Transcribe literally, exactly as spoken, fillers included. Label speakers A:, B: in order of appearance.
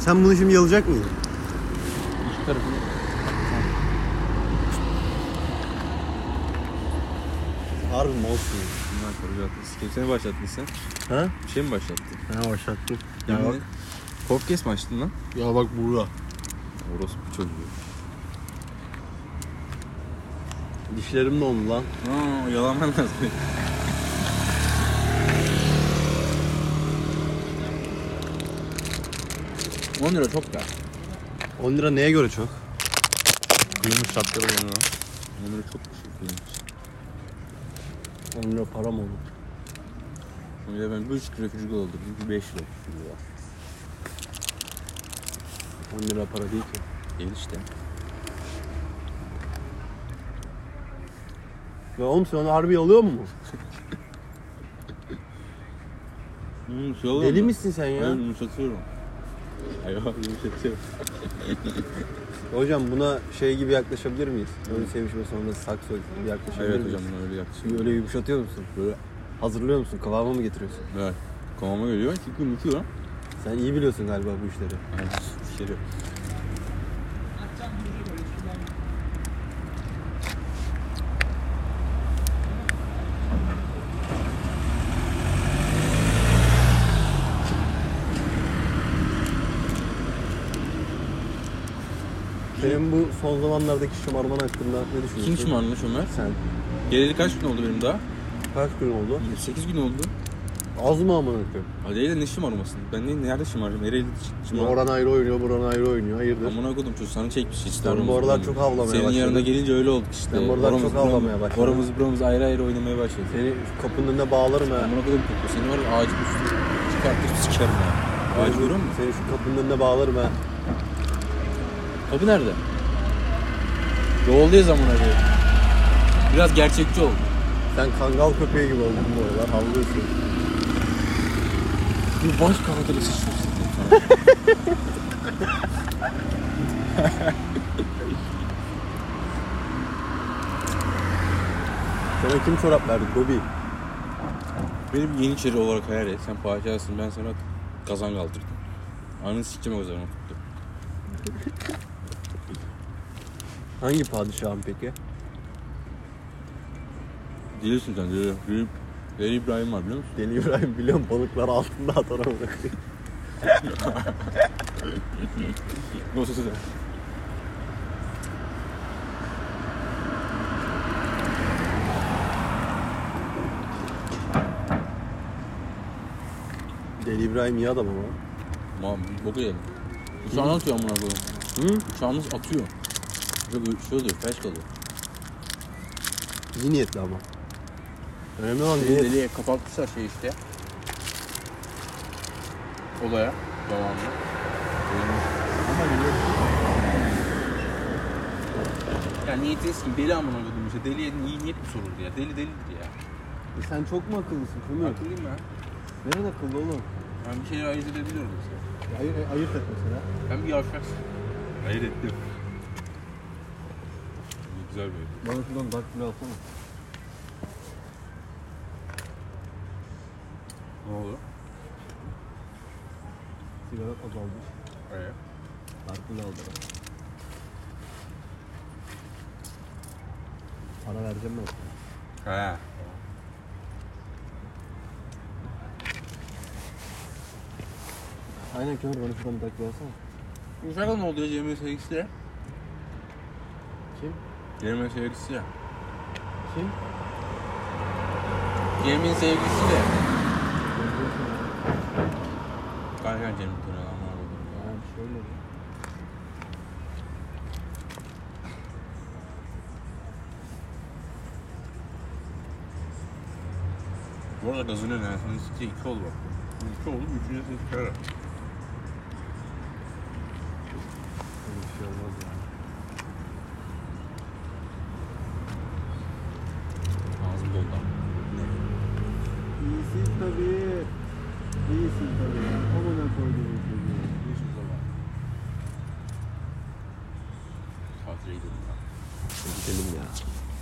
A: Sen bunu şimdi yalacak mıydın?
B: İki tarafını.
A: Harbi malsın ya.
B: Bunlar koruyacaktın. Kimse mi başlattın sen?
A: Ha?
B: Bir şey mi başlattın?
A: Ha başlattım.
B: Ya
A: Ya
B: bak.
A: bak.
B: Podcast mi açtın lan?
A: Ya bak burada.
B: Orospu çocuğu.
A: Dişlerim ne oldu lan?
B: Aa, yalanman lazım. on lira çok da.
A: on lira neye göre çok?
B: Kıyılmış şartları on lira. on lira çok bir şey kıyılmış.
A: on lira para mı olur?
B: Bir de ben bir buçuk lira küçük doldurdum. Bir beş lira küçük lira.
A: on lira para değil ki.
B: Değil işte.
A: Ya oğlum sen onu harbi alıyor mu?
B: Hmm, şey oluyor
A: Deli
B: mu?
A: misin sen ya?
B: Hayır, yumuşatıyorum. Hayır, yumuşatıyorum.
A: Hocam buna şey gibi yaklaşabilir miyiz? Öyle sevişme sonunda sakso gibi yaklaşabilir
B: Evet
A: miyiz?
B: hocam, ben öyle yaklaşıyorum.
A: Öyle yumuşatıyor musun? Böyle hazırlıyor musun? Kıvama mı getiriyorsun?
B: Evet. Kafama geliyor çünkü unutuyorum.
A: Sen iyi biliyorsun galiba bu işleri.
B: Yani bir şey yok.
A: Senin bu son zamanlardaki şımarman hakkında ne düşünüyorsun?
B: Kim şımarmış Ömer?
A: Sen.
B: Geleli kaç gün oldu benim daha?
A: Kaç gün oldu?
B: sekiz gün oldu.
A: Az mı amına koyayım?
B: Hadi eyle ne şımarmasın? Ben ne, nerede şımardım? Nereye şımardım?
A: Oran ayrı oynuyor, buran ayrı oynuyor. Hayırdır?
B: Amına koydum çocuğu sana çekmiş işte.
A: Sen bu aralar çok havlamaya
B: Senin
A: başladın.
B: yanına gelince öyle olduk işte.
A: Sen bu aralar çok havlamaya başladın.
B: Oramız buramız ayrı ayrı oynamaya başladı.
A: Seni şu kapının önüne bağlarım ha.
B: Amına koydum koku. Seni var ya ağacın üstüne çıkartıp sikerim ya. Ağacı görüyor musun?
A: Seni şu kapının önüne bağlarım ha.
B: Kapı nerede? Yoldayız amına koyayım. Biraz gerçekçi ol.
A: Sen kangal köpeği gibi oldun bu aralar. Havlıyorsun.
B: Bir baş kaldırı sıçıyorsun.
A: Sana kim çorap verdi? Gobi.
B: Benim yeniçeri olarak hayal et. Sen padişahsın, ben sana kazan kaldırdım. Anını sikeceğim o zaman tuttum.
A: Hangi padişahım peki?
B: Delisin sen, deli. Deli, deli İbrahim var biliyor musun?
A: Deli İbrahim biliyorum, balıklar altında atar amına koyayım.
B: Nasıl sen?
A: Deli İbrahim iyi adam ama.
B: Aman boku yedim. Uçağını atıyor amına koyayım.
A: Hı?
B: Uçağını atıyor. Böyle şey oluyor, felç kalıyor.
A: İyi niyetli ama. Önemli olan
B: Deli,
A: niyet.
B: deliye kapatmışlar şey işte. Odaya. Devamlı.
A: Ama niyet.
B: Ya niyetiniz kim? Deli amına koydum işte. Deliye iyi niyet mi soruldu ya? Deli delidir ya.
A: E sen çok mu akıllısın Kömür?
B: Akıllıyım ben.
A: Nereden akıllı oğlum?
B: Ben bir şeyler ayırt edebiliyorum mesela.
A: Ayırt, ayırt et mesela.
B: Ben bir yavşaksın. Ayırt ettim. Güzel bir ayırt.
A: Bana şuradan dark blue alsana.
B: Ne oldu?
A: Sigara azaldı.
B: Evet.
A: Dark blue aldı. Para vereceğim ben.
B: He.
A: Aynen Kömür, bana şuradan dark blue alsana.
B: Uşak'la ne oldu ya Cemil'in sevgilisi ya?
A: Kim?
B: Cemil'in sevgilisi ya.
A: Kim?
B: Cemil'in sevgilisi de. Kanka Cemil Turan amına koydum ya.
A: Ya bir şey olmadı.
B: Bu arada gazını önemli. Senin sikte iki oldu bak. İki oldu, üçüncü seni çıkar.
A: Öyle bir şey olmaz ya.
B: Ağzım doldu.
A: İyisin tabii. İyisin tabii. Amına koyduğum çocuğu.
B: Geçin zaman. Tatile gidelim ya.
A: Gidelim ya.